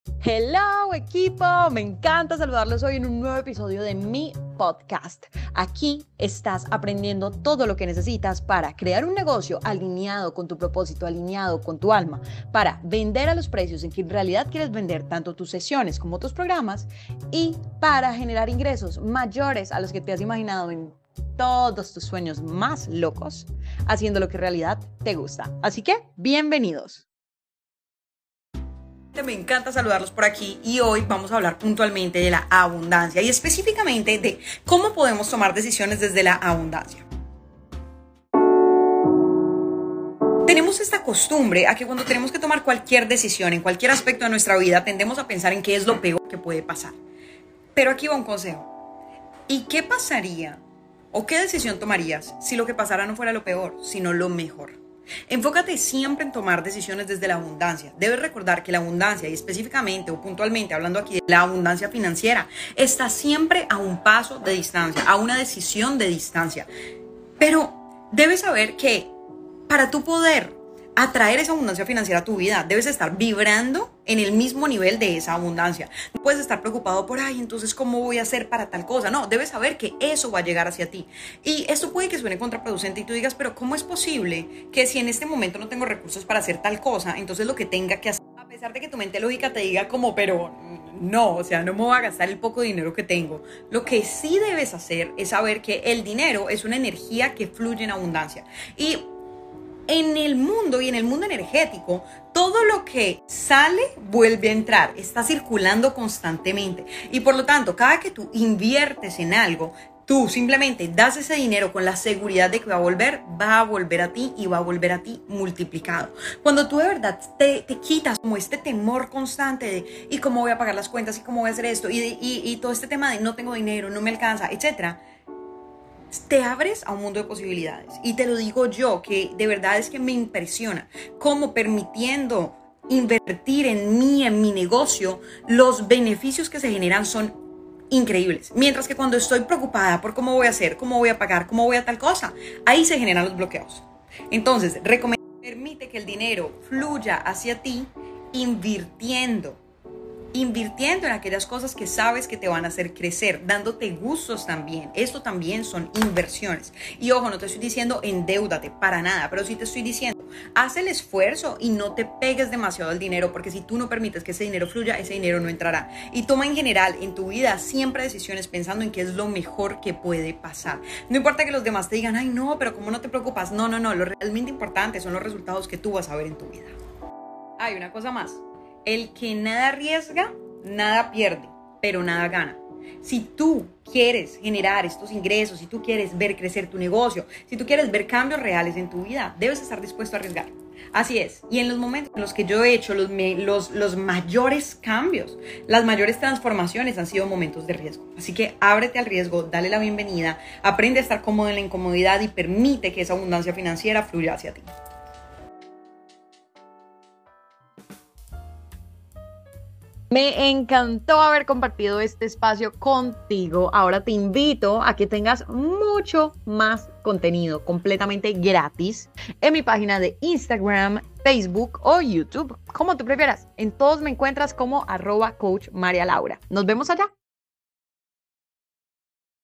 Hello equipo, me encanta saludarlos hoy en un nuevo episodio de mi podcast. Aquí estás aprendiendo todo lo que necesitas para crear un negocio alineado con tu propósito, alineado con tu alma, para vender a los precios en que en realidad quieres vender tanto tus sesiones como tus programas y para generar ingresos mayores a los que te has imaginado en todos tus sueños más locos, haciendo lo que en realidad te gusta. Así que, bienvenidos. Me encanta saludarlos por aquí y hoy vamos a hablar puntualmente de la abundancia y específicamente de cómo podemos tomar decisiones desde la abundancia. Tenemos esta costumbre a que cuando tenemos que tomar cualquier decisión en cualquier aspecto de nuestra vida tendemos a pensar en qué es lo peor que puede pasar. Pero aquí va un consejo. ¿Y qué pasaría o qué decisión tomarías si lo que pasara no fuera lo peor, sino lo mejor? Enfócate siempre en tomar decisiones desde la abundancia. Debes recordar que la abundancia, y específicamente o puntualmente hablando aquí de la abundancia financiera, está siempre a un paso de distancia, a una decisión de distancia. Pero debes saber que para tú poder atraer esa abundancia financiera a tu vida, debes estar vibrando en el mismo nivel de esa abundancia. No puedes estar preocupado por, entonces, ¿cómo voy a hacer para tal cosa? No, debes saber que eso va a llegar hacia ti. Y esto puede que suene contraproducente y tú digas, pero ¿cómo es posible que si en este momento no tengo recursos para hacer tal cosa, entonces lo que tenga que hacer, a pesar de que tu mente lógica te diga como, pero no, o sea, no me voy a gastar el poco dinero que tengo? Lo que sí debes hacer es saber que el dinero es una energía que fluye en abundancia. Y en el mundo y en el mundo energético, todo lo que sale vuelve a entrar, está circulando constantemente. Y por lo tanto, cada que tú inviertes en algo, tú simplemente das ese dinero con la seguridad de que va a volver a ti y va a volver a ti multiplicado. Cuando tú de verdad te quitas como este temor constante de ¿y cómo voy a pagar las cuentas? ¿Y cómo voy a hacer esto? Y todo este tema de no tengo dinero, no me alcanza, etcétera, te abres a un mundo de posibilidades. Y te lo digo yo, que de verdad es que me impresiona cómo permitiendo invertir en mi negocio, los beneficios que se generan son increíbles. Mientras que cuando estoy preocupada por cómo voy a hacer, cómo voy a pagar, cómo voy a tal cosa, ahí se generan los bloqueos. Entonces, permite que el dinero fluya hacia ti invirtiendo en aquellas cosas que sabes que te van a hacer crecer, dándote gustos también. Esto también son inversiones. Y ojo, no te estoy diciendo endeúdate para nada, pero sí te estoy diciendo, haz el esfuerzo y no te pegues demasiado al dinero, porque si tú no permites que ese dinero fluya, ese dinero no entrará. Y toma en general en tu vida siempre decisiones pensando en qué es lo mejor que puede pasar. No importa que los demás te digan, no, pero ¿cómo no te preocupas? No, lo realmente importante son los resultados que tú vas a ver en tu vida. Hay una cosa más. El que nada arriesga, nada pierde, pero nada gana. Si tú quieres generar estos ingresos, si tú quieres ver crecer tu negocio, si tú quieres ver cambios reales en tu vida, debes estar dispuesto a arriesgar. Así es. Y en los momentos en los que yo he hecho los mayores cambios, las mayores transformaciones han sido momentos de riesgo. Así que ábrete al riesgo, dale la bienvenida, aprende a estar cómodo en la incomodidad y permite que esa abundancia financiera fluya hacia ti. Me encantó haber compartido este espacio contigo. Ahora te invito a que tengas mucho más contenido completamente gratis en mi página de Instagram, Facebook o YouTube, como tú prefieras. En todos me encuentras como @coach María Laura. Nos vemos allá.